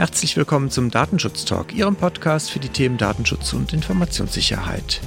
Herzlich willkommen zum Datenschutz-Talk, Ihrem Podcast für die Themen Datenschutz und Informationssicherheit.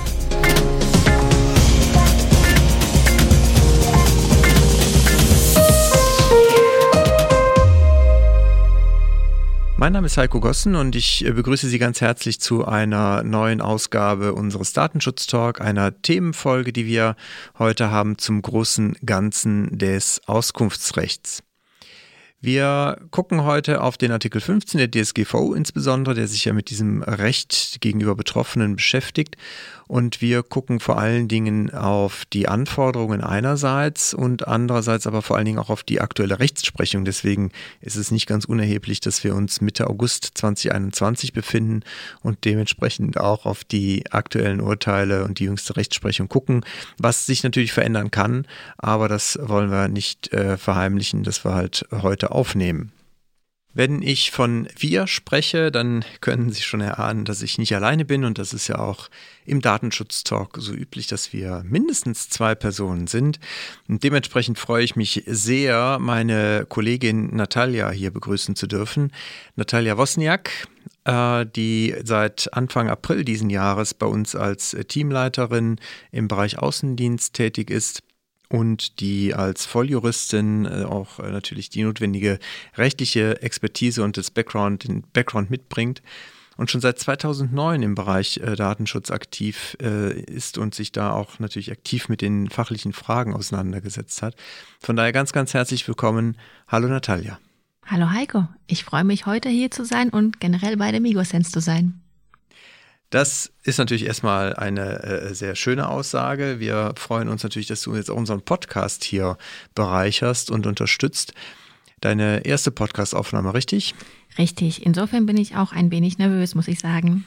Mein Name ist Heiko Gossen und ich begrüße Sie ganz herzlich zu einer neuen Ausgabe unseres Datenschutz-Talk, einer Themenfolge, die wir heute haben zum großen Ganzen des Auskunftsrechts. Wir gucken heute auf den Artikel 15 der DSGVO insbesondere, der sich ja mit diesem Recht gegenüber Betroffenen beschäftigt. Und wir gucken vor allen Dingen auf die Anforderungen einerseits und andererseits aber vor allen Dingen auch auf die aktuelle Rechtsprechung. Deswegen ist es nicht ganz unerheblich, dass wir uns Mitte August 2021 befinden und dementsprechend auch auf die aktuellen Urteile und die jüngste Rechtsprechung gucken, was sich natürlich verändern kann. Aber das wollen wir nicht verheimlichen, dass wir halt heute aufnehmen. Wenn ich von wir spreche, dann können Sie schon erahnen, dass ich nicht alleine bin und das ist ja auch im Datenschutz-Talk so üblich, dass wir mindestens 2 Personen sind. Und dementsprechend freue ich mich sehr, meine Kollegin Natalia hier begrüßen zu dürfen. Natalia Wozniak, die seit Anfang April diesen Jahres bei uns als Teamleiterin im Bereich Außendienst tätig ist. Und die als Volljuristin auch natürlich die notwendige rechtliche Expertise und den Background mitbringt und schon seit 2009 im Bereich Datenschutz aktiv ist und sich da auch natürlich aktiv mit den fachlichen Fragen auseinandergesetzt hat. Von daher ganz, ganz herzlich willkommen. Hallo Natalia. Hallo Heiko, ich freue mich heute hier zu sein und generell bei der Migosense zu sein. Das ist natürlich erstmal eine sehr schöne Aussage. Wir freuen uns natürlich, dass du jetzt auch unseren Podcast hier bereicherst und unterstützt. Deine erste Podcast-Aufnahme, richtig? Richtig. Insofern bin ich auch ein wenig nervös, muss ich sagen.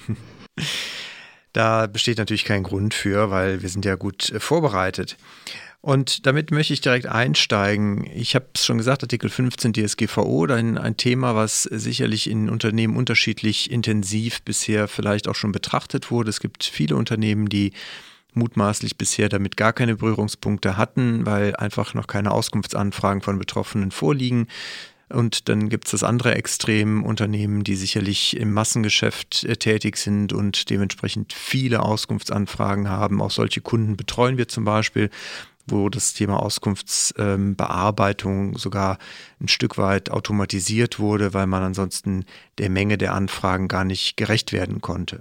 Da besteht natürlich kein Grund für, weil wir sind ja gut vorbereitet. Und damit möchte ich direkt einsteigen. Ich habe es schon gesagt, Artikel 15 DSGVO, ein Thema, was sicherlich in Unternehmen unterschiedlich intensiv bisher vielleicht auch schon betrachtet wurde. Es gibt viele Unternehmen, die mutmaßlich bisher damit gar keine Berührungspunkte hatten, weil einfach noch keine Auskunftsanfragen von Betroffenen vorliegen. Und dann gibt es das andere Extrem, Unternehmen, die sicherlich im Massengeschäft tätig sind und dementsprechend viele Auskunftsanfragen haben. Auch solche Kunden betreuen wir zum Beispiel, wo das Thema Auskunftsbearbeitung sogar ein Stück weit automatisiert wurde, weil man ansonsten der Menge der Anfragen gar nicht gerecht werden konnte.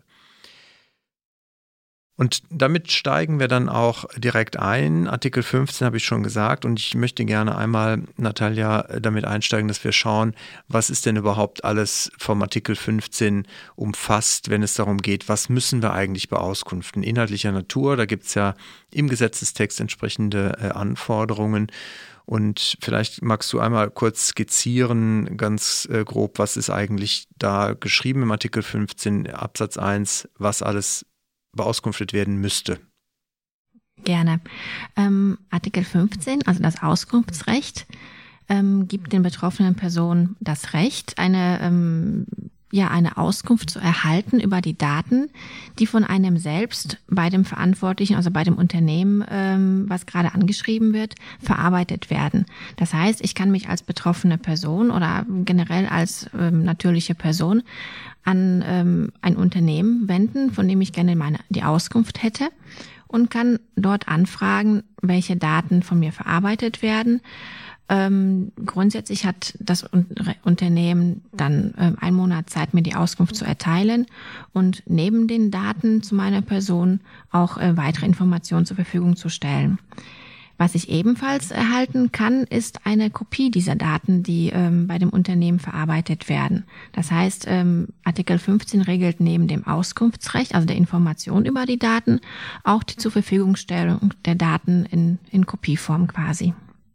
Und damit steigen wir dann auch direkt ein. Artikel 15 habe ich schon gesagt und ich möchte gerne einmal, Natalia, damit einsteigen, dass wir schauen, was ist denn überhaupt alles vom Artikel 15 umfasst, wenn es darum geht, was müssen wir eigentlich beauskunften? Inhaltlicher Natur, da gibt es ja im Gesetzestext entsprechende Anforderungen. Und vielleicht magst du einmal kurz skizzieren, ganz grob, was ist eigentlich da geschrieben im Artikel 15 Absatz 1, was alles beauskunftet werden müsste. Gerne. Artikel 15, also das Auskunftsrecht, gibt den betroffenen Personen das Recht, eine Auskunft zu erhalten über die Daten, die von einem selbst bei dem Verantwortlichen, also bei dem Unternehmen, was gerade angeschrieben wird, verarbeitet werden. Das heißt, ich kann mich als betroffene Person oder generell als natürliche Person an ein Unternehmen wenden, von dem ich gerne die Auskunft hätte und kann dort anfragen, welche Daten von mir verarbeitet werden. Grundsätzlich hat das Unternehmen dann 1 Monat Zeit, mir die Auskunft zu erteilen und neben den Daten zu meiner Person auch weitere Informationen zur Verfügung zu stellen. Was ich ebenfalls erhalten kann, ist eine Kopie dieser Daten, die bei dem Unternehmen verarbeitet werden. Das heißt, Artikel 15 regelt neben dem Auskunftsrecht, also der Information über die Daten, auch die zur Verfügungstellung der Daten in Kopieform quasi.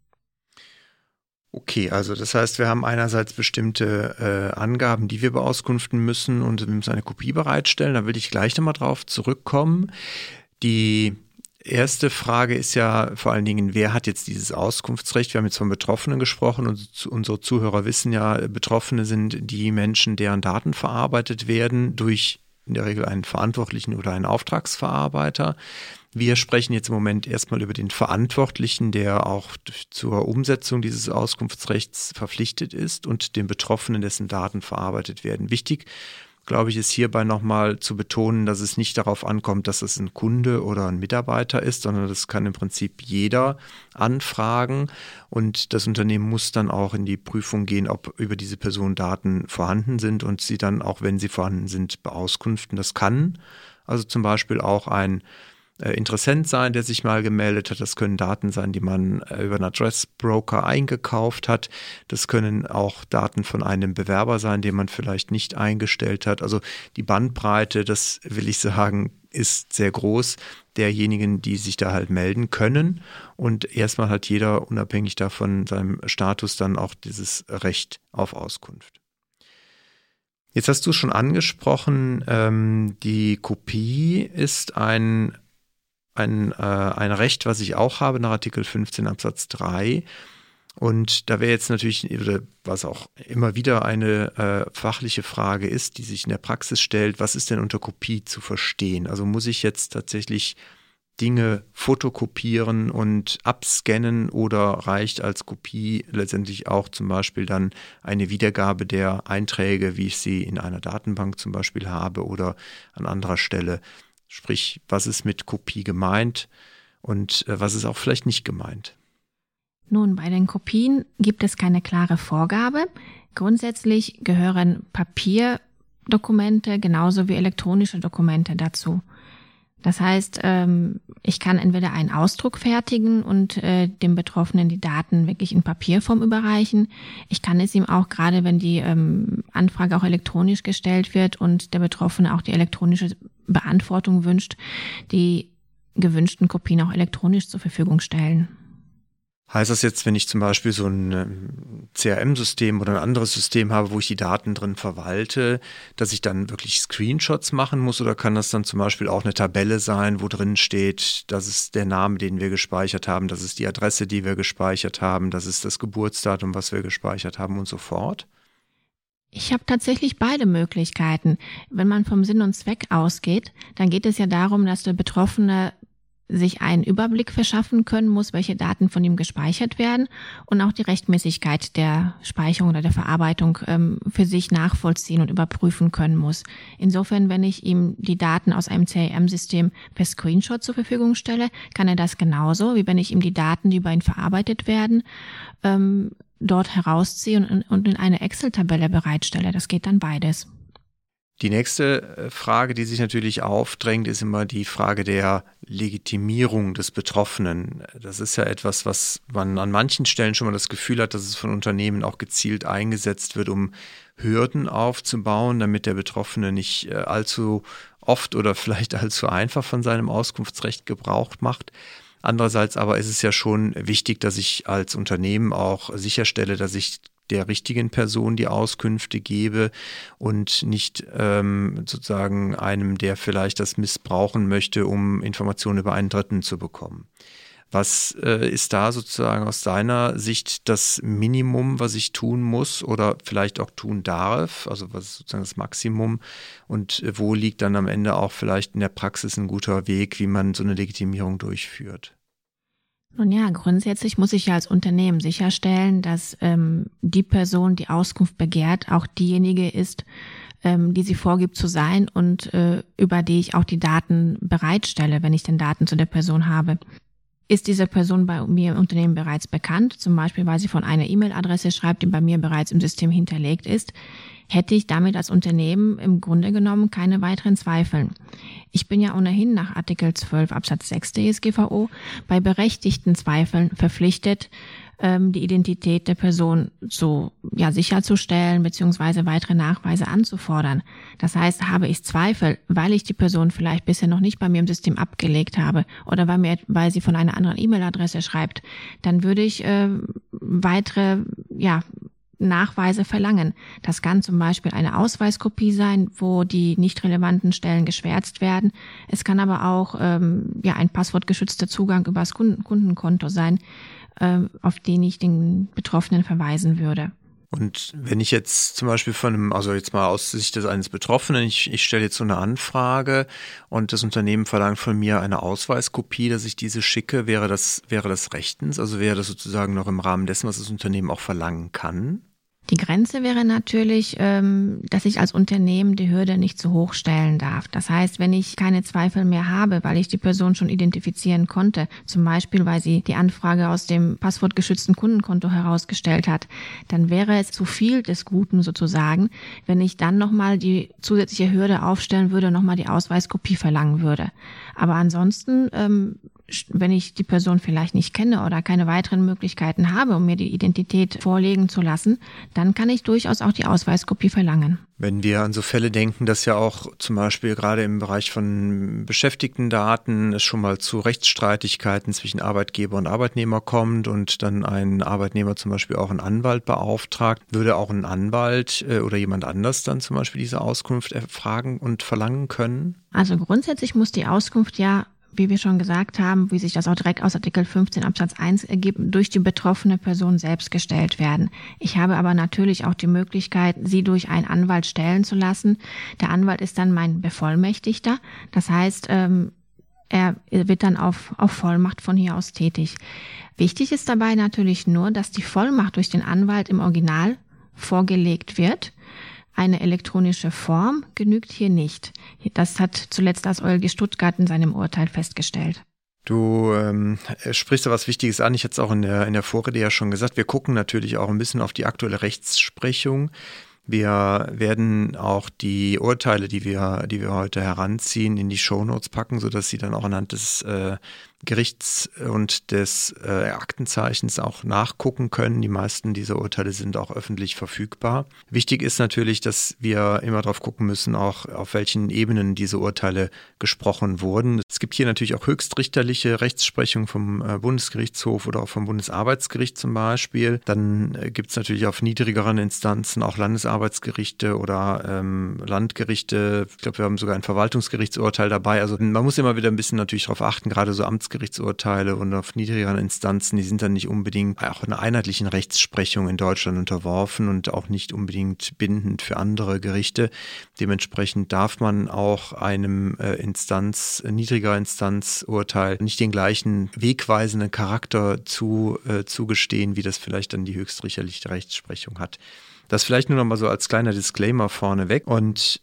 Okay, also das heißt, wir haben einerseits bestimmte Angaben, die wir beauskunften müssen und wir müssen eine Kopie bereitstellen. Da will ich gleich nochmal drauf zurückkommen. Die erste Frage ist ja vor allen Dingen, wer hat jetzt dieses Auskunftsrecht? Wir haben jetzt von Betroffenen gesprochen und unsere Zuhörer wissen ja, Betroffene sind die Menschen, deren Daten verarbeitet werden durch in der Regel einen Verantwortlichen oder einen Auftragsverarbeiter. Wir sprechen jetzt im Moment erstmal über den Verantwortlichen, der auch zur Umsetzung dieses Auskunftsrechts verpflichtet ist und den Betroffenen, dessen Daten verarbeitet werden. Wichtig, glaube ich, ist hierbei nochmal zu betonen, dass es nicht darauf ankommt, dass es ein Kunde oder ein Mitarbeiter ist, sondern das kann im Prinzip jeder anfragen und das Unternehmen muss dann auch in die Prüfung gehen, ob über diese Person Daten vorhanden sind und sie dann auch, wenn sie vorhanden sind, beauskunften. Das kann also zum Beispiel auch ein Interessent sein, der sich mal gemeldet hat. Das können Daten sein, die man über einen Adressbroker eingekauft hat. Das können auch Daten von einem Bewerber sein, den man vielleicht nicht eingestellt hat. Also die Bandbreite, das will ich sagen, ist sehr groß derjenigen, die sich da halt melden können. Und erstmal hat jeder unabhängig davon seinem Status dann auch dieses Recht auf Auskunft. Jetzt hast du schon angesprochen, die Kopie ist ein Recht, was ich auch habe nach Artikel 15 Absatz 3. Und da wäre jetzt natürlich, oder was auch immer wieder eine fachliche Frage ist, die sich in der Praxis stellt, was ist denn unter Kopie zu verstehen? Also muss ich jetzt tatsächlich Dinge fotokopieren und abscannen oder reicht als Kopie letztendlich auch zum Beispiel dann eine Wiedergabe der Einträge, wie ich sie in einer Datenbank zum Beispiel habe oder an anderer Stelle? Sprich, was ist mit Kopie gemeint und was ist auch vielleicht nicht gemeint? Nun, bei den Kopien gibt es keine klare Vorgabe. Grundsätzlich gehören Papierdokumente genauso wie elektronische Dokumente dazu. Das heißt, ich kann entweder einen Ausdruck fertigen und dem Betroffenen die Daten wirklich in Papierform überreichen. Ich kann es ihm auch, gerade wenn die Anfrage auch elektronisch gestellt wird und der Betroffene auch die elektronische Beantwortung wünscht, die gewünschten Kopien auch elektronisch zur Verfügung stellen. Heißt das jetzt, wenn ich zum Beispiel so ein CRM-System oder ein anderes System habe, wo ich die Daten drin verwalte, dass ich dann wirklich Screenshots machen muss oder kann das dann zum Beispiel auch eine Tabelle sein, wo drin steht, das ist der Name, den wir gespeichert haben, das ist die Adresse, die wir gespeichert haben, das ist das Geburtsdatum, was wir gespeichert haben und so fort? Ich habe tatsächlich beide Möglichkeiten. Wenn man vom Sinn und Zweck ausgeht, dann geht es ja darum, dass der Betroffene sich einen Überblick verschaffen können muss, welche Daten von ihm gespeichert werden und auch die Rechtmäßigkeit der Speicherung oder der Verarbeitung für sich nachvollziehen und überprüfen können muss. Insofern, wenn ich ihm die Daten aus einem CRM-System per Screenshot zur Verfügung stelle, kann er das genauso, wie wenn ich ihm die Daten, die über ihn verarbeitet werden, dort herausziehe und in eine Excel-Tabelle bereitstelle. Das geht dann beides. Die nächste Frage, die sich natürlich aufdrängt, ist immer die Frage der Legitimierung des Betroffenen. Das ist ja etwas, was man an manchen Stellen schon mal das Gefühl hat, dass es von Unternehmen auch gezielt eingesetzt wird, um Hürden aufzubauen, damit der Betroffene nicht allzu oft oder vielleicht allzu einfach von seinem Auskunftsrecht Gebrauch macht. Andererseits aber ist es ja schon wichtig, dass ich als Unternehmen auch sicherstelle, dass ich der richtigen Person die Auskünfte gebe und nicht sozusagen einem, der vielleicht das missbrauchen möchte, um Informationen über einen Dritten zu bekommen. Was ist da sozusagen aus deiner Sicht das Minimum, was ich tun muss oder vielleicht auch tun darf? Also was ist sozusagen das Maximum und wo liegt dann am Ende auch vielleicht in der Praxis ein guter Weg, wie man so eine Legitimierung durchführt? Nun ja, grundsätzlich muss ich ja als Unternehmen sicherstellen, dass die Person, die Auskunft begehrt, auch diejenige ist, die sie vorgibt zu sein und über die ich auch die Daten bereitstelle, wenn ich denn Daten zu der Person habe. Ist diese Person bei mir im Unternehmen bereits bekannt, zum Beispiel weil sie von einer E-Mail-Adresse schreibt, die bei mir bereits im System hinterlegt ist, hätte ich damit als Unternehmen im Grunde genommen keine weiteren Zweifel. Ich bin ja ohnehin nach Artikel 12 Absatz 6 DSGVO bei berechtigten Zweifeln verpflichtet, die Identität der Person sicherzustellen bzw. weitere Nachweise anzufordern. Das heißt, habe ich Zweifel, weil ich die Person vielleicht bisher noch nicht bei mir im System abgelegt habe oder weil sie von einer anderen E-Mail-Adresse schreibt, dann würde ich weitere Nachweise verlangen. Das kann zum Beispiel eine Ausweiskopie sein, wo die nicht relevanten Stellen geschwärzt werden. Es kann aber auch ein passwortgeschützter Zugang über das Kundenkonto sein, auf den ich den Betroffenen verweisen würde. Und wenn ich jetzt zum Beispiel also jetzt mal aus Sicht eines Betroffenen, ich stelle jetzt so eine Anfrage und das Unternehmen verlangt von mir eine Ausweiskopie, dass ich diese schicke, wäre das rechtens? Also wäre das sozusagen noch im Rahmen dessen, was das Unternehmen auch verlangen kann? Die Grenze wäre natürlich, dass ich als Unternehmen die Hürde nicht zu hoch stellen darf. Das heißt, wenn ich keine Zweifel mehr habe, weil ich die Person schon identifizieren konnte, zum Beispiel, weil sie die Anfrage aus dem passwortgeschützten Kundenkonto herausgestellt hat, dann wäre es zu viel des Guten sozusagen, wenn ich dann nochmal die zusätzliche Hürde aufstellen würde, nochmal die Ausweiskopie verlangen würde. Aber ansonsten, wenn ich die Person vielleicht nicht kenne oder keine weiteren Möglichkeiten habe, um mir die Identität vorlegen zu lassen, dann kann ich durchaus auch die Ausweiskopie verlangen. Wenn wir an so Fälle denken, dass ja auch zum Beispiel gerade im Bereich von Beschäftigtendaten es schon mal zu Rechtsstreitigkeiten zwischen Arbeitgeber und Arbeitnehmer kommt und dann ein Arbeitnehmer zum Beispiel auch einen Anwalt beauftragt, würde auch ein Anwalt oder jemand anders dann zum Beispiel diese Auskunft erfragen und verlangen können? Also grundsätzlich muss die Auskunft ja, wie wir schon gesagt haben, wie sich das auch direkt aus Artikel 15 Absatz 1 ergibt, durch die betroffene Person selbst gestellt werden. Ich habe aber natürlich auch die Möglichkeit, sie durch einen Anwalt stellen zu lassen. Der Anwalt ist dann mein Bevollmächtigter. Das heißt, er wird dann auf Vollmacht von hier aus tätig. Wichtig ist dabei natürlich nur, dass die Vollmacht durch den Anwalt im Original vorgelegt wird. Eine elektronische Form genügt hier nicht. Das hat zuletzt das OLG Stuttgart in seinem Urteil festgestellt. Du sprichst da was Wichtiges an. Ich hatte es auch in der Vorrede ja schon gesagt. Wir gucken natürlich auch ein bisschen auf die aktuelle Rechtsprechung. Wir werden auch die Urteile, die wir heute heranziehen, in die Shownotes packen, sodass Sie dann auch anhand des Gerichts und des Aktenzeichens auch nachgucken können. Die meisten dieser Urteile sind auch öffentlich verfügbar. Wichtig ist natürlich, dass wir immer darauf gucken müssen, auch auf welchen Ebenen diese Urteile gesprochen wurden. Es gibt hier natürlich auch höchstrichterliche Rechtsprechung vom Bundesgerichtshof oder auch vom Bundesarbeitsgericht zum Beispiel. Dann gibt es natürlich auf niedrigeren Instanzen auch Landesarbeitsgerichte oder Landgerichte. Ich glaube, wir haben sogar ein Verwaltungsgerichtsurteil dabei. Also man muss immer wieder ein bisschen natürlich darauf achten, gerade so Amtsgerichtsurteile und auf niedrigeren Instanzen, die sind dann nicht unbedingt auch einer einheitlichen Rechtsprechung in Deutschland unterworfen und auch nicht unbedingt bindend für andere Gerichte. Dementsprechend darf man auch einem niedriger Instanzurteil nicht den gleichen wegweisenden Charakter zugestehen, wie das vielleicht dann die höchstrichterliche Rechtsprechung hat. Das vielleicht nur noch mal so als kleiner Disclaimer vorneweg. Und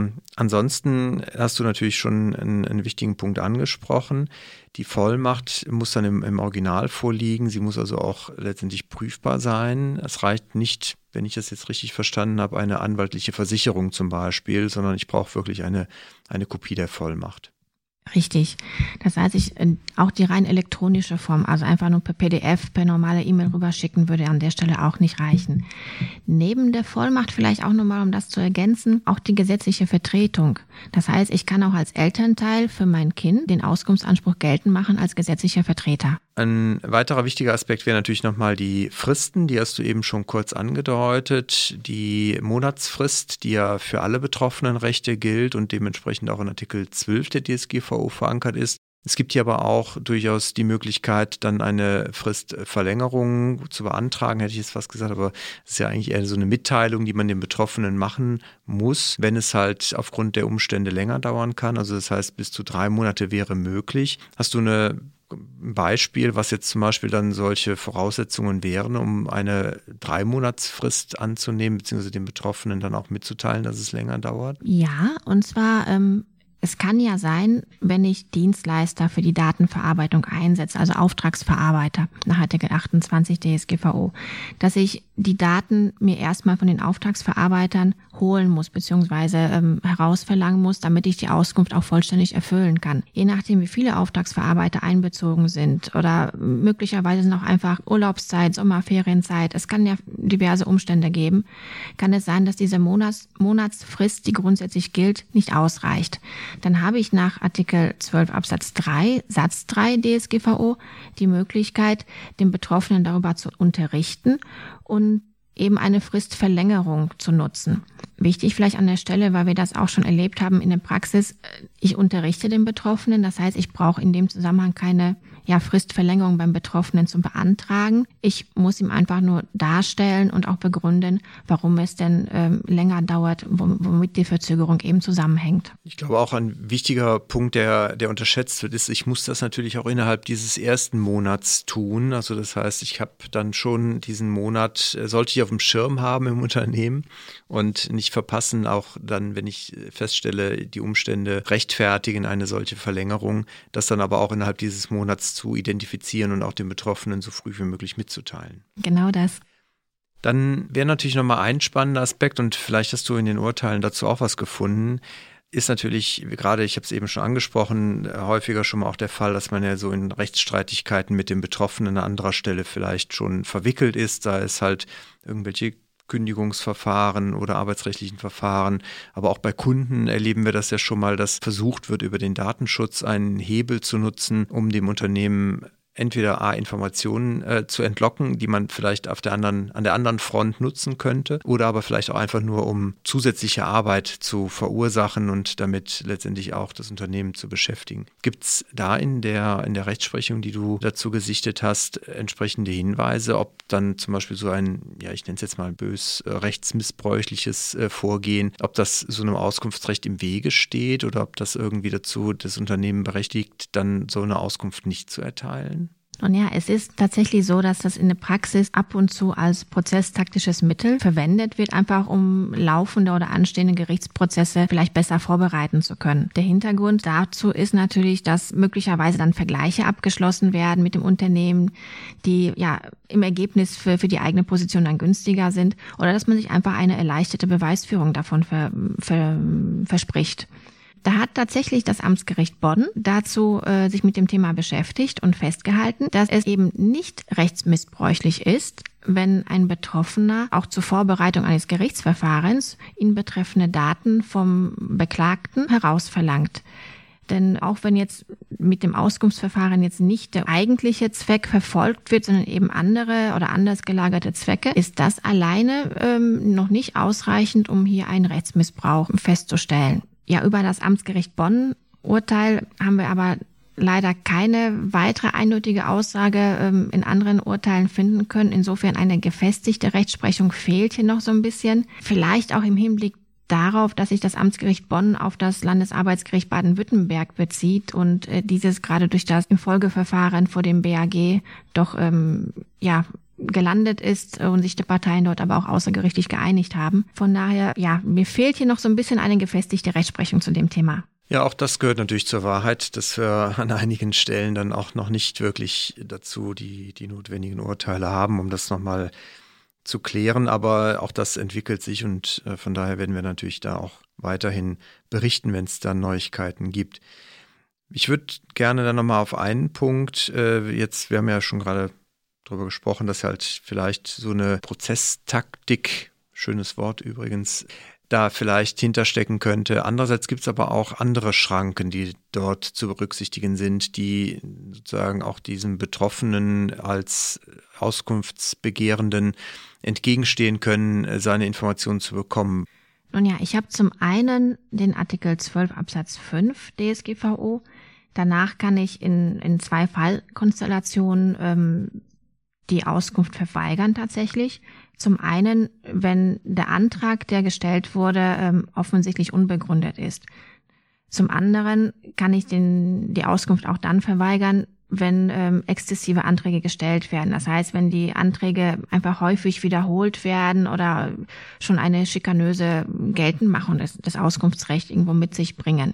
ansonsten hast du natürlich schon einen wichtigen Punkt angesprochen. Die Vollmacht muss dann im Original vorliegen. Sie muss also auch letztendlich prüfbar sein. Es reicht nicht, wenn ich das jetzt richtig verstanden habe, eine anwaltliche Versicherung zum Beispiel, sondern ich brauche wirklich eine Kopie der Vollmacht. Richtig. Das heißt, auch die rein elektronische Form, also einfach nur per PDF, per normale E-Mail rüberschicken, würde an der Stelle auch nicht reichen. Neben der Vollmacht vielleicht auch nochmal, um das zu ergänzen, auch die gesetzliche Vertretung. Das heißt, ich kann auch als Elternteil für mein Kind den Auskunftsanspruch geltend machen als gesetzlicher Vertreter. Ein weiterer wichtiger Aspekt wäre natürlich nochmal die Fristen, die hast du eben schon kurz angedeutet. Die Monatsfrist, die ja für alle betroffenen Rechte gilt und dementsprechend auch in Artikel 12 der DSGVO verankert ist. Es gibt hier aber auch durchaus die Möglichkeit, dann eine Fristverlängerung zu beantragen, hätte ich jetzt fast gesagt, aber es ist ja eigentlich eher so eine Mitteilung, die man den Betroffenen machen muss, wenn es halt aufgrund der Umstände länger dauern kann. Also das heißt, bis zu 3 Monate wäre möglich. Hast du ein Beispiel, was jetzt zum Beispiel dann solche Voraussetzungen wären, um eine 3-Monatsfrist anzunehmen, beziehungsweise den Betroffenen dann auch mitzuteilen, dass es länger dauert? Ja, und zwar es kann ja sein, wenn ich Dienstleister für die Datenverarbeitung einsetze, also Auftragsverarbeiter nach Artikel 28 DSGVO, dass ich die Daten mir erstmal von den Auftragsverarbeitern holen muss, beziehungsweise herausverlangen muss, damit ich die Auskunft auch vollständig erfüllen kann. Je nachdem, wie viele Auftragsverarbeiter einbezogen sind oder möglicherweise sind auch einfach Urlaubszeit, Sommerferienzeit, es kann ja diverse Umstände geben, kann es sein, dass diese Monatsfrist, die grundsätzlich gilt, nicht ausreicht. Dann habe ich nach Artikel 12 Absatz 3, Satz 3 DSGVO die Möglichkeit, den Betroffenen darüber zu unterrichten und eben eine Fristverlängerung zu nutzen. Wichtig vielleicht an der Stelle, weil wir das auch schon erlebt haben in der Praxis, ich unterrichte den Betroffenen, das heißt, ich brauche in dem Zusammenhang keine Fristverlängerung beim Betroffenen zu beantragen. Ich muss ihm einfach nur darstellen und auch begründen, warum es denn länger dauert, womit die Verzögerung eben zusammenhängt. Ich glaube auch ein wichtiger Punkt, der unterschätzt wird, ist, ich muss das natürlich auch innerhalb dieses ersten Monats tun. Also das heißt, ich habe dann schon diesen Monat, sollte ich auf dem Schirm haben im Unternehmen und nicht verpassen, auch dann, wenn ich feststelle, die Umstände rechtfertigen eine solche Verlängerung, das dann aber auch innerhalb dieses Monats zu identifizieren und auch den Betroffenen so früh wie möglich mitzuteilen. Genau das. Dann wäre natürlich nochmal ein spannender Aspekt und vielleicht hast du in den Urteilen dazu auch was gefunden, ist natürlich, gerade ich habe es eben schon angesprochen, häufiger schon mal auch der Fall, dass man ja so in Rechtsstreitigkeiten mit dem Betroffenen an anderer Stelle vielleicht schon verwickelt ist, da es halt irgendwelche Kündigungsverfahren oder arbeitsrechtlichen Verfahren. Aber auch bei Kunden erleben wir das ja schon mal, dass versucht wird, über den Datenschutz einen Hebel zu nutzen, um dem Unternehmen entweder Informationen zu entlocken, die man vielleicht an der anderen Front nutzen könnte, oder aber vielleicht auch einfach nur, um zusätzliche Arbeit zu verursachen und damit letztendlich auch das Unternehmen zu beschäftigen. Gibt es da in der Rechtsprechung, die du dazu gesichtet hast, entsprechende Hinweise, ob dann zum Beispiel so ein, ich nenne es jetzt mal rechtsmissbräuchliches Vorgehen, ob das so einem Auskunftsrecht im Wege steht oder ob das irgendwie dazu das Unternehmen berechtigt, dann so eine Auskunft nicht zu erteilen? Und ja, es ist tatsächlich so, dass das in der Praxis ab und zu als prozesstaktisches Mittel verwendet wird, einfach um laufende oder anstehende Gerichtsprozesse vielleicht besser vorbereiten zu können. Der Hintergrund dazu ist natürlich, dass möglicherweise dann Vergleiche abgeschlossen werden mit dem Unternehmen, die im Ergebnis für die eigene Position dann günstiger sind, oder dass man sich einfach eine erleichterte Beweisführung davon verspricht. Da hat tatsächlich das Amtsgericht Bonn dazu sich mit dem Thema beschäftigt und festgehalten, dass es eben nicht rechtsmissbräuchlich ist, wenn ein Betroffener auch zur Vorbereitung eines Gerichtsverfahrens ihn betreffende Daten vom Beklagten herausverlangt. Denn auch wenn jetzt mit dem Auskunftsverfahren jetzt nicht der eigentliche Zweck verfolgt wird, sondern eben andere oder anders gelagerte Zwecke, ist das alleine noch nicht ausreichend, um hier einen Rechtsmissbrauch festzustellen. Ja, über das Amtsgericht Bonn-Urteil haben wir aber leider keine weitere eindeutige Aussage in anderen Urteilen finden können. Insofern eine gefestigte Rechtsprechung fehlt hier noch so ein bisschen. Vielleicht auch im Hinblick darauf, dass sich das Amtsgericht Bonn auf das Landesarbeitsgericht Baden-Württemberg bezieht und dieses gerade durch das Infolgeverfahren vor dem BAG doch gelandet ist und sich die Parteien dort aber auch außergerichtlich geeinigt haben. Von daher, mir fehlt hier noch so ein bisschen eine gefestigte Rechtsprechung zu dem Thema. Ja, auch das gehört natürlich zur Wahrheit, dass wir an einigen Stellen dann auch noch nicht wirklich dazu die notwendigen Urteile haben, um das nochmal zu klären. Aber auch das entwickelt sich und von daher werden wir natürlich da auch weiterhin berichten, wenn es da Neuigkeiten gibt. Ich würde gerne dann nochmal auf einen Punkt, wir haben ja schon gerade darüber gesprochen, dass halt vielleicht so eine Prozesstaktik, schönes Wort übrigens, da vielleicht hinterstecken könnte. Andererseits gibt es aber auch andere Schranken, die dort zu berücksichtigen sind, die sozusagen auch diesem Betroffenen als Auskunftsbegehrenden entgegenstehen können, seine Informationen zu bekommen. Nun ja, ich habe zum einen den Artikel 12 Absatz 5 DSGVO. Danach kann ich in 2 Fallkonstellationen die Auskunft verweigern tatsächlich. Zum einen, wenn der Antrag, der gestellt wurde, offensichtlich unbegründet ist. Zum anderen kann ich die Auskunft auch dann verweigern, wenn exzessive Anträge gestellt werden. Das heißt, wenn die Anträge einfach häufig wiederholt werden oder schon eine schikanöse Geltendmachung des Auskunftsrechts irgendwo mit sich bringen.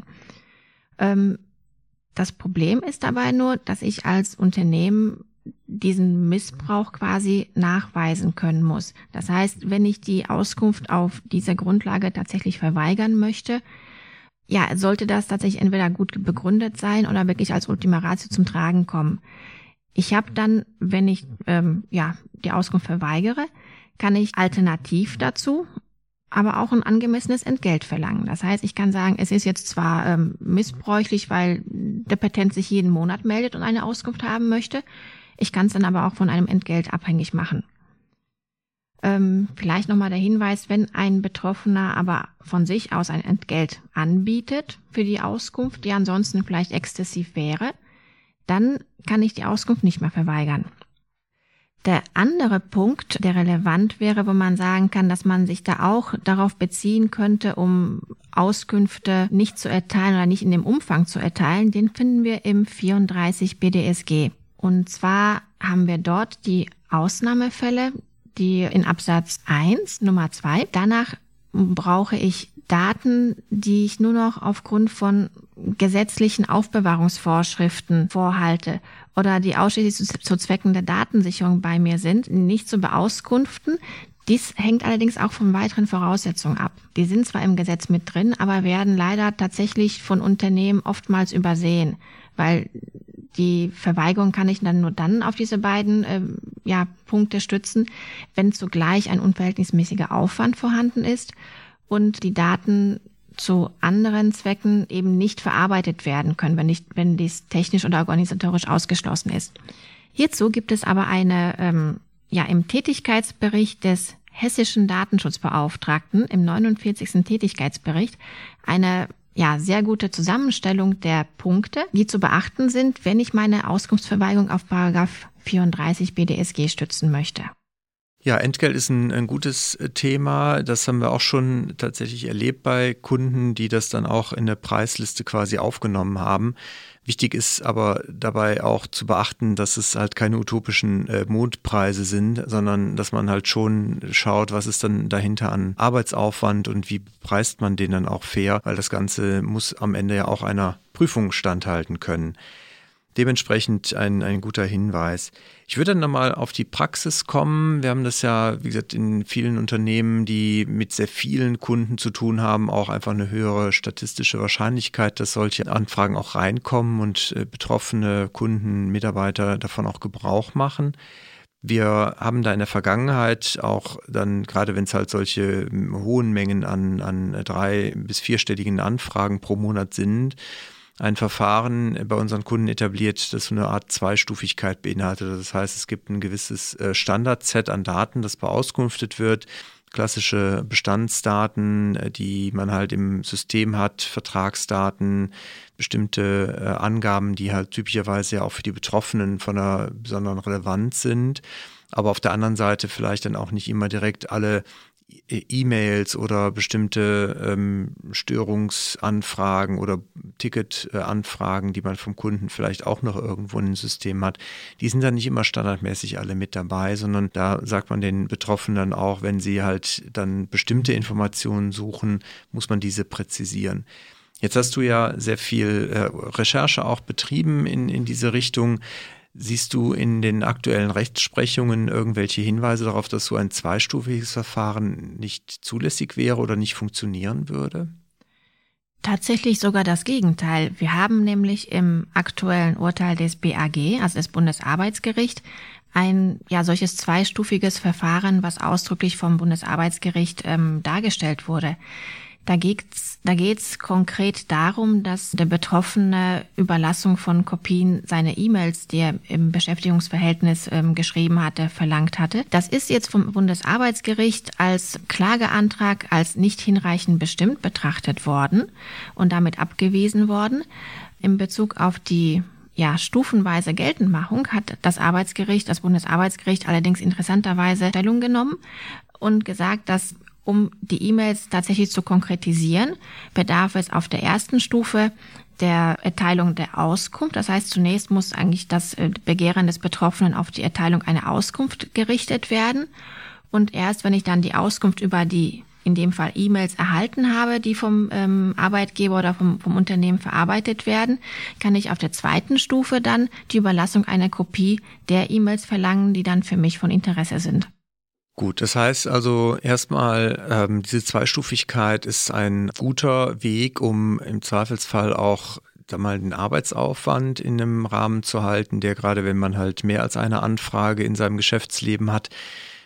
Das Problem ist dabei nur, dass ich als Unternehmen diesen Missbrauch quasi nachweisen können muss. Das heißt, wenn ich die Auskunft auf dieser Grundlage tatsächlich verweigern möchte, sollte das tatsächlich entweder gut begründet sein oder wirklich als Ultima Ratio zum Tragen kommen. Ich habe dann, wenn ich die Auskunft verweigere, kann ich alternativ dazu aber auch ein angemessenes Entgelt verlangen. Das heißt, ich kann sagen, es ist jetzt zwar missbräuchlich, weil der Petent sich jeden Monat meldet und eine Auskunft haben möchte, ich kann es dann aber auch von einem Entgelt abhängig machen. Vielleicht nochmal der Hinweis, wenn ein Betroffener aber von sich aus ein Entgelt anbietet für die Auskunft, die ansonsten vielleicht exzessiv wäre, dann kann ich die Auskunft nicht mehr verweigern. Der andere Punkt, der relevant wäre, wo man sagen kann, dass man sich da auch darauf beziehen könnte, um Auskünfte nicht zu erteilen oder nicht in dem Umfang zu erteilen, den finden wir im 34 BDSG. Und zwar haben wir dort die Ausnahmefälle, die in Absatz 1, Nummer 2, danach brauche ich Daten, die ich nur noch aufgrund von gesetzlichen Aufbewahrungsvorschriften vorhalte oder die ausschließlich zu Zwecken der Datensicherung bei mir sind, nicht zu beauskunften. Dies hängt allerdings auch von weiteren Voraussetzungen ab. Die sind zwar im Gesetz mit drin, aber werden leider tatsächlich von Unternehmen oftmals übersehen, weil die Verweigerung kann ich dann nur dann auf diese beiden Punkte stützen, wenn zugleich ein unverhältnismäßiger Aufwand vorhanden ist und die Daten zu anderen Zwecken eben nicht verarbeitet werden können, wenn dies technisch oder organisatorisch ausgeschlossen ist. Hierzu gibt es aber eine im Tätigkeitsbericht des hessischen Datenschutzbeauftragten im 49. Tätigkeitsbericht eine sehr gute Zusammenstellung der Punkte, die zu beachten sind, wenn ich meine Auskunftsverweigerung auf Paragraph 34 BDSG stützen möchte. Ja, Entgelt ist ein gutes Thema. Das haben wir auch schon tatsächlich erlebt bei Kunden, die das dann auch in der Preisliste quasi aufgenommen haben. Wichtig ist aber dabei auch zu beachten, dass es halt keine utopischen Mondpreise sind, sondern dass man halt schon schaut, was ist dann dahinter an Arbeitsaufwand und wie preist man den dann auch fair, weil das Ganze muss am Ende ja auch einer Prüfung standhalten können. Dementsprechend ein guter Hinweis. Ich würde dann nochmal auf die Praxis kommen. Wir haben das ja, wie gesagt, in vielen Unternehmen, die mit sehr vielen Kunden zu tun haben, auch einfach eine höhere statistische Wahrscheinlichkeit, dass solche Anfragen auch reinkommen und betroffene Kunden, Mitarbeiter davon auch Gebrauch machen. Wir haben da in der Vergangenheit auch dann, gerade wenn es halt solche hohen Mengen an 3- bis 4-stelligen Anfragen pro Monat sind, ein Verfahren bei unseren Kunden etabliert, das so eine Art Zweistufigkeit beinhaltet. Das heißt, es gibt ein gewisses Standardset an Daten, das beauskunftet wird. Klassische Bestandsdaten, die man halt im System hat, Vertragsdaten, bestimmte Angaben, die halt typischerweise ja auch für die Betroffenen von einer besonderen Relevanz sind. Aber auf der anderen Seite vielleicht dann auch nicht immer direkt alle E-Mails oder bestimmte Störungsanfragen oder Ticketanfragen, die man vom Kunden vielleicht auch noch irgendwo in einem System hat, die sind dann nicht immer standardmäßig alle mit dabei, sondern da sagt man den Betroffenen dann auch, wenn sie halt dann bestimmte Informationen suchen, muss man diese präzisieren. Jetzt hast du ja sehr viel Recherche auch betrieben in diese Richtung. Siehst du in den aktuellen Rechtsprechungen irgendwelche Hinweise darauf, dass so ein zweistufiges Verfahren nicht zulässig wäre oder nicht funktionieren würde? Tatsächlich sogar das Gegenteil. Wir haben nämlich im aktuellen Urteil des BAG, also des Bundesarbeitsgericht, ein solches zweistufiges Verfahren, was ausdrücklich vom Bundesarbeitsgericht dargestellt wurde. Da geht's konkret darum, dass der Betroffene Überlassung von Kopien seiner E-Mails, die er im Beschäftigungsverhältnis geschrieben hatte, verlangt hatte. Das ist jetzt vom Bundesarbeitsgericht als Klageantrag als nicht hinreichend bestimmt betrachtet worden und damit abgewiesen worden. In Bezug auf die stufenweise Geltendmachung hat das Bundesarbeitsgericht allerdings interessanterweise Stellung genommen und gesagt, dass um die E-Mails tatsächlich zu konkretisieren, bedarf es auf der ersten Stufe der Erteilung der Auskunft. Das heißt, zunächst muss eigentlich das Begehren des Betroffenen auf die Erteilung einer Auskunft gerichtet werden. Und erst wenn ich dann die Auskunft über die, in dem Fall E-Mails erhalten habe, die vom Arbeitgeber oder vom Unternehmen verarbeitet werden, kann ich auf der zweiten Stufe dann die Überlassung einer Kopie der E-Mails verlangen, die dann für mich von Interesse sind. Gut, das heißt also erstmal, diese Zweistufigkeit ist ein guter Weg, um im Zweifelsfall auch den Arbeitsaufwand in einem Rahmen zu halten, der gerade, wenn man halt mehr als eine Anfrage in seinem Geschäftsleben hat,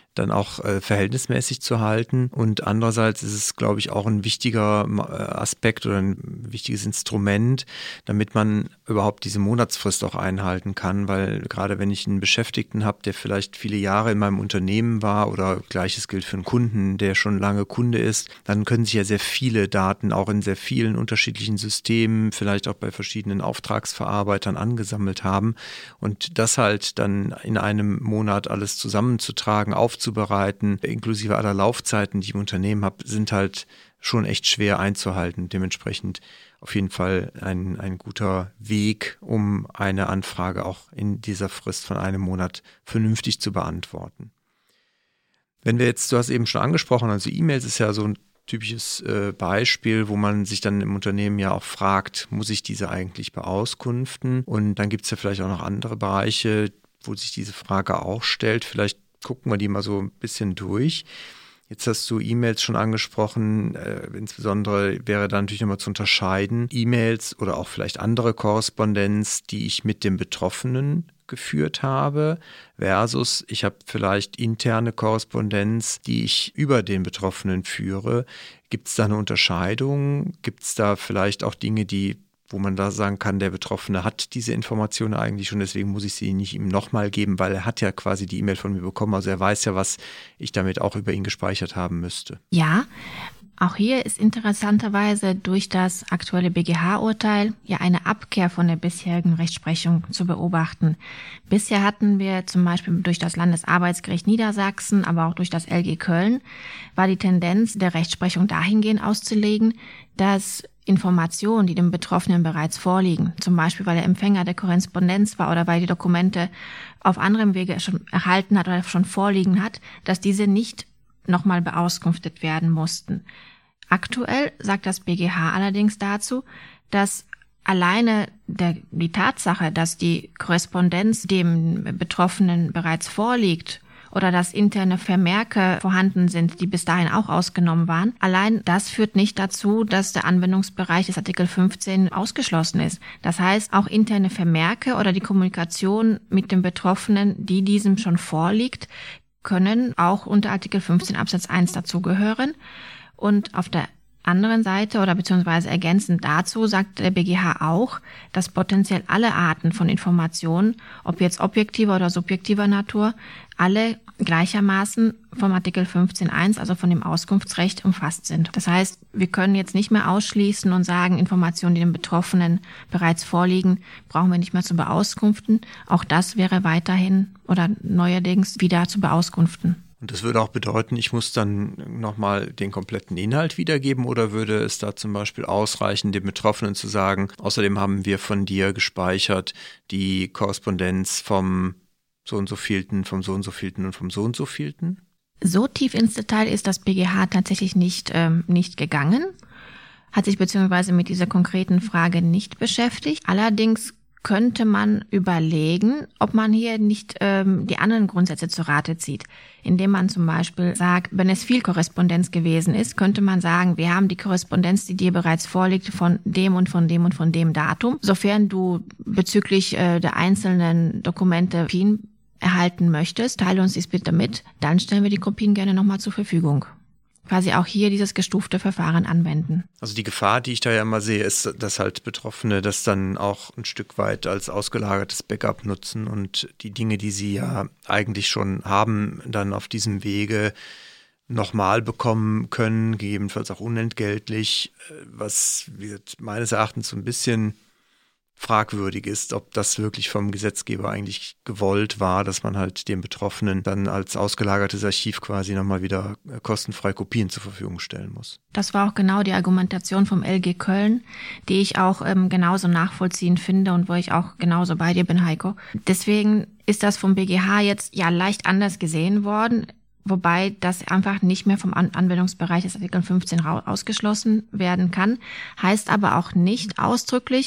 dann auch verhältnismäßig zu halten. Und andererseits ist es, glaube ich, auch ein wichtiger Aspekt oder ein wichtiges Instrument, damit man überhaupt diese Monatsfrist auch einhalten kann, weil gerade wenn ich einen Beschäftigten habe, der vielleicht viele Jahre in meinem Unternehmen war oder Gleiches gilt für einen Kunden, der schon lange Kunde ist, dann können sich ja sehr viele Daten auch in sehr vielen unterschiedlichen Systemen, vielleicht auch bei verschiedenen Auftragsverarbeitern angesammelt haben. Und das halt dann in einem Monat alles zusammenzutragen, aufzubereiten, inklusive aller Laufzeiten, die ich im Unternehmen habe, sind halt schon echt schwer einzuhalten. Dementsprechend auf jeden Fall ein guter Weg, um eine Anfrage auch in dieser Frist von einem Monat vernünftig zu beantworten. Wenn wir jetzt, du hast eben schon angesprochen, also E-Mails ist ja so ein typisches Beispiel, wo man sich dann im Unternehmen ja auch fragt, muss ich diese eigentlich beauskunften? Und dann gibt es ja vielleicht auch noch andere Bereiche, wo sich diese Frage auch stellt. Vielleicht gucken wir die mal so ein bisschen durch. Jetzt hast du E-Mails schon angesprochen, insbesondere wäre da natürlich nochmal zu unterscheiden, E-Mails oder auch vielleicht andere Korrespondenz, die ich mit dem Betroffenen geführt habe, versus ich habe vielleicht interne Korrespondenz, die ich über den Betroffenen führe. Gibt es da eine Unterscheidung? Gibt es da vielleicht auch Dinge, wo man da sagen kann, der Betroffene hat diese Information eigentlich schon, deswegen muss ich sie nicht ihm nochmal geben, weil er hat ja quasi die E-Mail von mir bekommen, also er weiß ja, was ich damit auch über ihn gespeichert haben müsste. Ja, auch hier ist interessanterweise durch das aktuelle BGH-Urteil ja eine Abkehr von der bisherigen Rechtsprechung zu beobachten. Bisher hatten wir zum Beispiel durch das Landesarbeitsgericht Niedersachsen, aber auch durch das LG Köln, war die Tendenz der Rechtsprechung dahingehend auszulegen, dass Informationen, die dem Betroffenen bereits vorliegen, zum Beispiel weil er Empfänger der Korrespondenz war oder weil die Dokumente auf anderem Wege schon erhalten hat oder schon vorliegen hat, dass diese nicht nochmal beauskunftet werden mussten. Aktuell sagt das BGH allerdings dazu, dass alleine die Tatsache, dass die Korrespondenz dem Betroffenen bereits vorliegt oder dass interne Vermerke vorhanden sind, die bis dahin auch ausgenommen waren, allein das führt nicht dazu, dass der Anwendungsbereich des Artikel 15 ausgeschlossen ist. Das heißt, auch interne Vermerke oder die Kommunikation mit dem Betroffenen, die diesem schon vorliegt, können auch unter Artikel 15 Absatz 1 dazugehören. Und auf der anderen Seite oder beziehungsweise ergänzend dazu sagt der BGH auch, dass potenziell alle Arten von Informationen, ob jetzt objektiver oder subjektiver Natur, alle gleichermaßen vom Artikel 15.1, also von dem Auskunftsrecht, umfasst sind. Das heißt, wir können jetzt nicht mehr ausschließen und sagen, Informationen, die dem Betroffenen bereits vorliegen, brauchen wir nicht mehr zu beauskunften. Auch das wäre weiterhin oder neuerdings wieder zu beauskunften. Und das würde auch bedeuten, ich muss dann nochmal den kompletten Inhalt wiedergeben oder würde es da zum Beispiel ausreichen, dem Betroffenen zu sagen, außerdem haben wir von dir gespeichert die Korrespondenz vom so und so vielten, vom so und so vielten und vom so und so vielten? So tief ins Detail ist das BGH tatsächlich nicht gegangen, hat sich beziehungsweise mit dieser konkreten Frage nicht beschäftigt. Allerdings könnte man überlegen, ob man hier nicht die anderen Grundsätze zu Rate zieht. Indem man zum Beispiel sagt, wenn es viel Korrespondenz gewesen ist, könnte man sagen, wir haben die Korrespondenz, die dir bereits vorliegt, von dem und von dem und von dem Datum. Sofern du bezüglich der einzelnen Dokumente Kopien erhalten möchtest, teile uns dies bitte mit, dann stellen wir die Kopien gerne nochmal zur Verfügung. Quasi auch hier dieses gestufte Verfahren anwenden. Also die Gefahr, die ich da ja immer sehe, ist, dass halt Betroffene das dann auch ein Stück weit als ausgelagertes Backup nutzen und die Dinge, die sie ja eigentlich schon haben, dann auf diesem Wege nochmal bekommen können, gegebenenfalls auch unentgeltlich, was meines Erachtens so ein bisschen fragwürdig ist, ob das wirklich vom Gesetzgeber eigentlich gewollt war, dass man halt dem Betroffenen dann als ausgelagertes Archiv quasi nochmal wieder kostenfrei Kopien zur Verfügung stellen muss. Das war auch genau die Argumentation vom LG Köln, die ich auch genauso nachvollziehend finde und wo ich auch genauso bei dir bin, Heiko. Deswegen ist das vom BGH jetzt ja leicht anders gesehen worden, wobei das einfach nicht mehr vom Anwendungsbereich des Artikel 15 ausgeschlossen werden kann, heißt aber auch nicht ausdrücklich,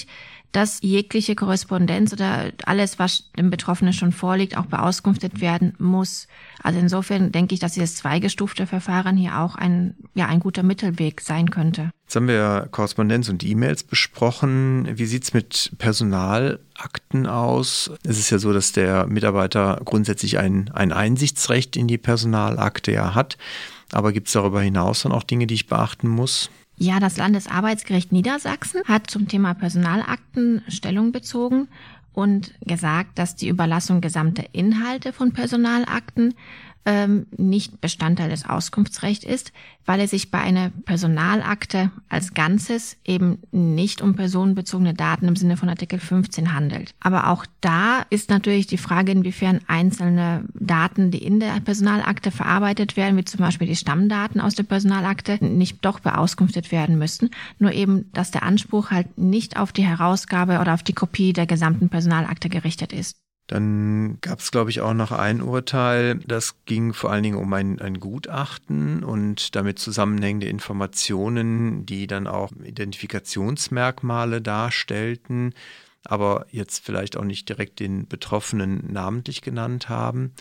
dass jegliche Korrespondenz oder alles, was dem Betroffenen schon vorliegt, auch beauskunftet werden muss. Also insofern denke ich, dass dieses zweigestufte Verfahren hier auch ein guter Mittelweg sein könnte. Jetzt haben wir Korrespondenz und E-Mails besprochen. Wie sieht es mit Personalakten aus? Es ist ja so, dass der Mitarbeiter grundsätzlich ein Einsichtsrecht in die Personalakte ja hat. Aber gibt es darüber hinaus dann auch Dinge, die ich beachten muss? Ja, das Landesarbeitsgericht Niedersachsen hat zum Thema Personalakten Stellung bezogen und gesagt, dass die Überlassung gesamter Inhalte von Personalakten nicht Bestandteil des Auskunftsrechts ist, weil es sich bei einer Personalakte als Ganzes eben nicht um personenbezogene Daten im Sinne von Artikel 15 handelt. Aber auch da ist natürlich die Frage, inwiefern einzelne Daten, die in der Personalakte verarbeitet werden, wie zum Beispiel die Stammdaten aus der Personalakte, nicht doch beauskunftet werden müssen. Nur eben, dass der Anspruch halt nicht auf die Herausgabe oder auf die Kopie der gesamten Personalakte gerichtet ist. Dann gab es, glaube ich, auch noch ein Urteil, das ging vor allen Dingen um ein Gutachten und damit zusammenhängende Informationen, die dann auch Identifikationsmerkmale darstellten, aber jetzt vielleicht auch nicht direkt den Betroffenen namentlich genannt haben.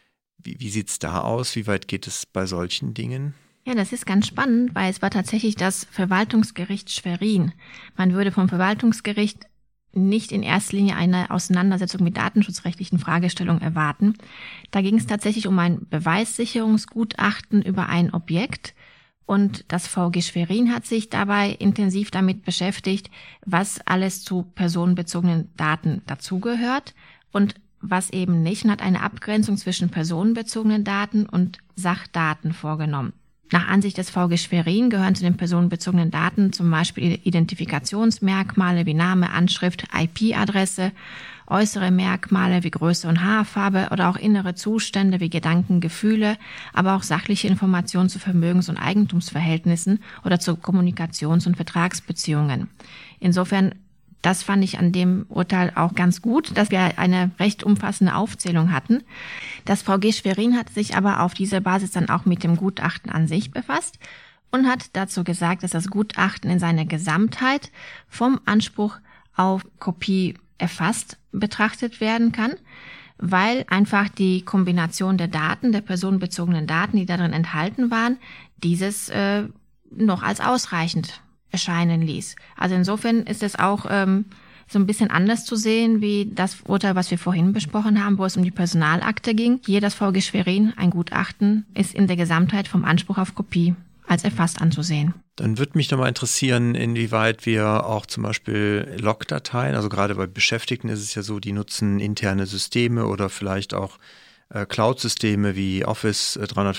Wie sieht es da aus? Wie weit geht es bei solchen Dingen? Ja, das ist ganz spannend, weil es war tatsächlich das Verwaltungsgericht Schwerin. Man würde vom Verwaltungsgericht nicht in erster Linie eine Auseinandersetzung mit datenschutzrechtlichen Fragestellungen erwarten. Da ging es tatsächlich um ein Beweissicherungsgutachten über ein Objekt und das VG Schwerin hat sich dabei intensiv damit beschäftigt, was alles zu personenbezogenen Daten dazugehört und was eben nicht, und hat eine Abgrenzung zwischen personenbezogenen Daten und Sachdaten vorgenommen. Nach Ansicht des VG Schwerin gehören zu den personenbezogenen Daten zum Beispiel Identifikationsmerkmale wie Name, Anschrift, IP-Adresse, äußere Merkmale wie Größe und Haarfarbe oder auch innere Zustände wie Gedanken, Gefühle, aber auch sachliche Informationen zu Vermögens- und Eigentumsverhältnissen oder zu Kommunikations- und Vertragsbeziehungen. Insofern, das fand ich an dem Urteil auch ganz gut, dass wir eine recht umfassende Aufzählung hatten. Das VG Schwerin hat sich aber auf dieser Basis dann auch mit dem Gutachten an sich befasst und hat dazu gesagt, dass das Gutachten in seiner Gesamtheit vom Anspruch auf Kopie erfasst betrachtet werden kann, weil einfach die Kombination der Daten, der personenbezogenen Daten, die darin enthalten waren, dieses noch als ausreichend erscheinen ließ. Also insofern ist es auch so ein bisschen anders zu sehen wie das Urteil, was wir vorhin besprochen haben, wo es um die Personalakte ging. Hier das VG Schwerin, ein Gutachten, ist in der Gesamtheit vom Anspruch auf Kopie als erfasst anzusehen. Dann würde mich nochmal interessieren, inwieweit wir auch zum Beispiel Logdateien, also gerade bei Beschäftigten ist es ja so, die nutzen interne Systeme oder vielleicht auch Cloud-Systeme wie Office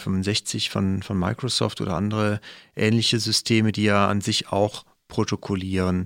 365 von Microsoft oder andere ähnliche Systeme, die ja an sich auch protokollieren,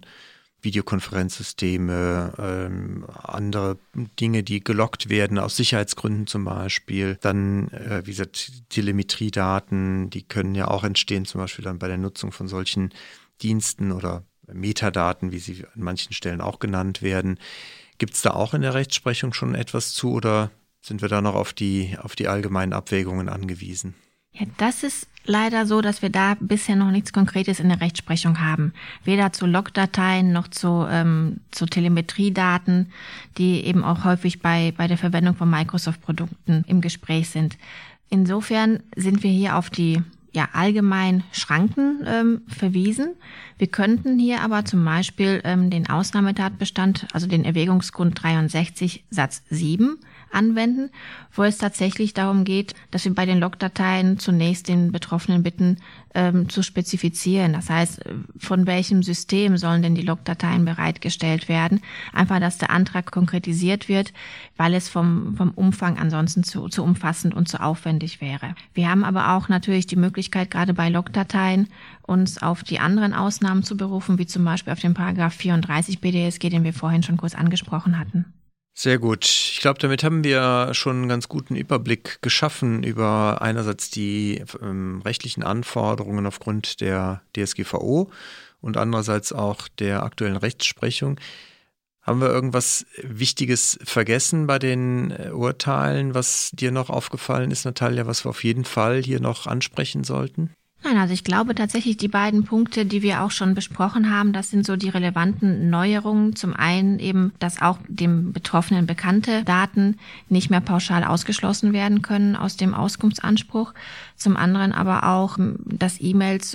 Videokonferenzsysteme, andere Dinge, die gelockt werden, aus Sicherheitsgründen zum Beispiel. Dann, wie gesagt, Telemetriedaten, die können ja auch entstehen, zum Beispiel dann bei der Nutzung von solchen Diensten oder Metadaten, wie sie an manchen Stellen auch genannt werden. Gibt es da auch in der Rechtsprechung schon etwas zu oder sind wir da noch auf die allgemeinen Abwägungen angewiesen? Ja, das ist leider so, dass wir da bisher noch nichts Konkretes in der Rechtsprechung haben. Weder zu Logdateien noch zu Telemetriedaten, die eben auch häufig bei der Verwendung von Microsoft-Produkten im Gespräch sind. Insofern sind wir hier auf die allgemein Schranken verwiesen. Wir könnten hier aber zum Beispiel den Ausnahmetatbestand, also den Erwägungsgrund 63 Satz 7 anwenden, wo es tatsächlich darum geht, dass wir bei den Logdateien zunächst den Betroffenen bitten, zu spezifizieren. Das heißt, von welchem System sollen denn die Logdateien bereitgestellt werden? Einfach, dass der Antrag konkretisiert wird, weil es vom Umfang ansonsten zu umfassend und zu aufwendig wäre. Wir haben aber auch natürlich die Möglichkeit, gerade bei Logdateien uns auf die anderen Ausnahmen zu berufen, wie zum Beispiel auf den Paragraph 34 BDSG, den wir vorhin schon kurz angesprochen hatten. Sehr gut. Ich glaube, damit haben wir schon einen ganz guten Überblick geschaffen über einerseits die rechtlichen Anforderungen aufgrund der DSGVO und andererseits auch der aktuellen Rechtsprechung. Haben wir irgendwas Wichtiges vergessen bei den Urteilen, was dir noch aufgefallen ist, Natalia, was wir auf jeden Fall hier noch ansprechen sollten? Nein, also ich glaube tatsächlich, die beiden Punkte, die wir auch schon besprochen haben, das sind so die relevanten Neuerungen. Zum einen eben, dass auch dem Betroffenen bekannte Daten nicht mehr pauschal ausgeschlossen werden können aus dem Auskunftsanspruch. Zum anderen aber auch, dass E-Mails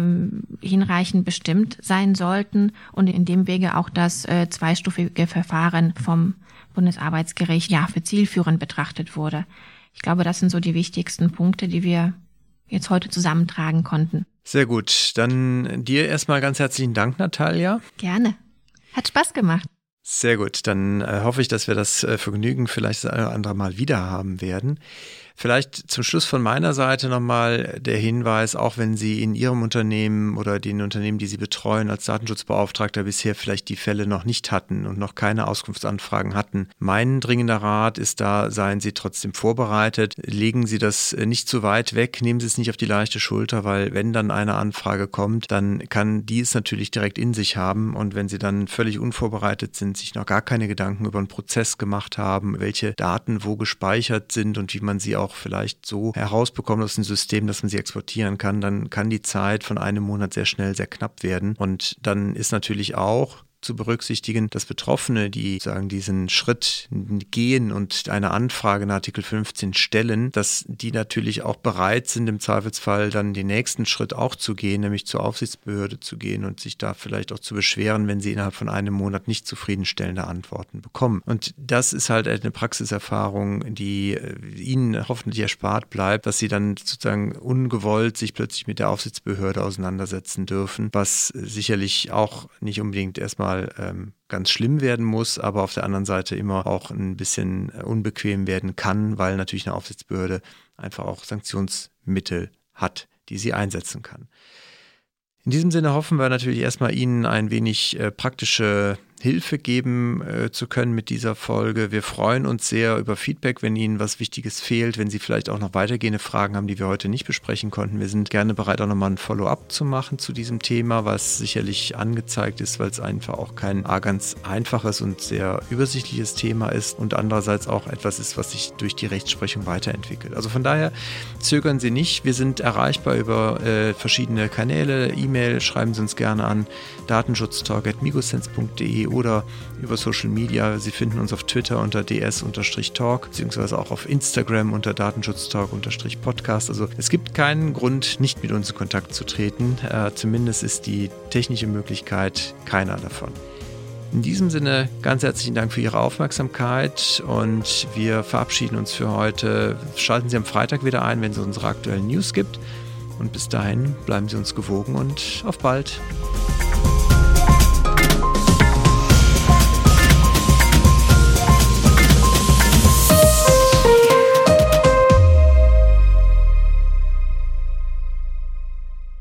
hinreichend bestimmt sein sollten und in dem Wege auch das zweistufige Verfahren vom Bundesarbeitsgericht für zielführend betrachtet wurde. Ich glaube, das sind so die wichtigsten Punkte, die wir jetzt heute zusammentragen konnten. Sehr gut. Dann dir erstmal ganz herzlichen Dank, Natalia. Gerne. Hat Spaß gemacht. Sehr gut. Dann hoffe ich, dass wir das Vergnügen vielleicht das eine oder andere Mal wieder haben werden. Vielleicht zum Schluss von meiner Seite nochmal der Hinweis, auch wenn Sie in Ihrem Unternehmen oder den Unternehmen, die Sie betreuen, als Datenschutzbeauftragter bisher vielleicht die Fälle noch nicht hatten und noch keine Auskunftsanfragen hatten. Mein dringender Rat ist da, seien Sie trotzdem vorbereitet. Legen Sie das nicht zu weit weg, nehmen Sie es nicht auf die leichte Schulter, weil wenn dann eine Anfrage kommt, dann kann die es natürlich direkt in sich haben. Und wenn Sie dann völlig unvorbereitet sind, sich noch gar keine Gedanken über einen Prozess gemacht haben, welche Daten wo gespeichert sind und wie man sie auch vielleicht so herausbekommt aus dem System, dass man sie exportieren kann, dann kann die Zeit von einem Monat sehr schnell sehr knapp werden. Und dann ist natürlich auch zu berücksichtigen, dass Betroffene, die sagen, diesen Schritt gehen und eine Anfrage nach Artikel 15 stellen, dass die natürlich auch bereit sind, im Zweifelsfall dann den nächsten Schritt auch zu gehen, nämlich zur Aufsichtsbehörde zu gehen und sich da vielleicht auch zu beschweren, wenn sie innerhalb von einem Monat nicht zufriedenstellende Antworten bekommen. Und das ist halt eine Praxiserfahrung, die Ihnen hoffentlich erspart bleibt, dass Sie dann sozusagen ungewollt sich plötzlich mit der Aufsichtsbehörde auseinandersetzen dürfen, was sicherlich auch nicht unbedingt erstmal ganz schlimm werden muss, aber auf der anderen Seite immer auch ein bisschen unbequem werden kann, weil natürlich eine Aufsichtsbehörde einfach auch Sanktionsmittel hat, die sie einsetzen kann. In diesem Sinne hoffen wir natürlich erstmal Ihnen ein wenig praktische Hilfe geben zu können mit dieser Folge. Wir freuen uns sehr über Feedback, wenn Ihnen was Wichtiges fehlt, wenn Sie vielleicht auch noch weitergehende Fragen haben, die wir heute nicht besprechen konnten. Wir sind gerne bereit, auch nochmal ein Follow-up zu machen zu diesem Thema, was sicherlich angezeigt ist, weil es einfach auch kein ganz einfaches und sehr übersichtliches Thema ist und andererseits auch etwas ist, was sich durch die Rechtsprechung weiterentwickelt. Also von daher zögern Sie nicht. Wir sind erreichbar über verschiedene Kanäle, E-Mail, schreiben Sie uns gerne an datenschutztalk@migosense.de oder über Social Media. Sie finden uns auf Twitter unter ds_talk, beziehungsweise auch auf Instagram unter datenschutztalk_podcast. Also es gibt keinen Grund, nicht mit uns in Kontakt zu treten. Zumindest ist die technische Möglichkeit keiner davon. In diesem Sinne ganz herzlichen Dank für Ihre Aufmerksamkeit und wir verabschieden uns für heute. Schalten Sie am Freitag wieder ein, wenn es unsere aktuellen News gibt. Und bis dahin bleiben Sie uns gewogen und auf bald.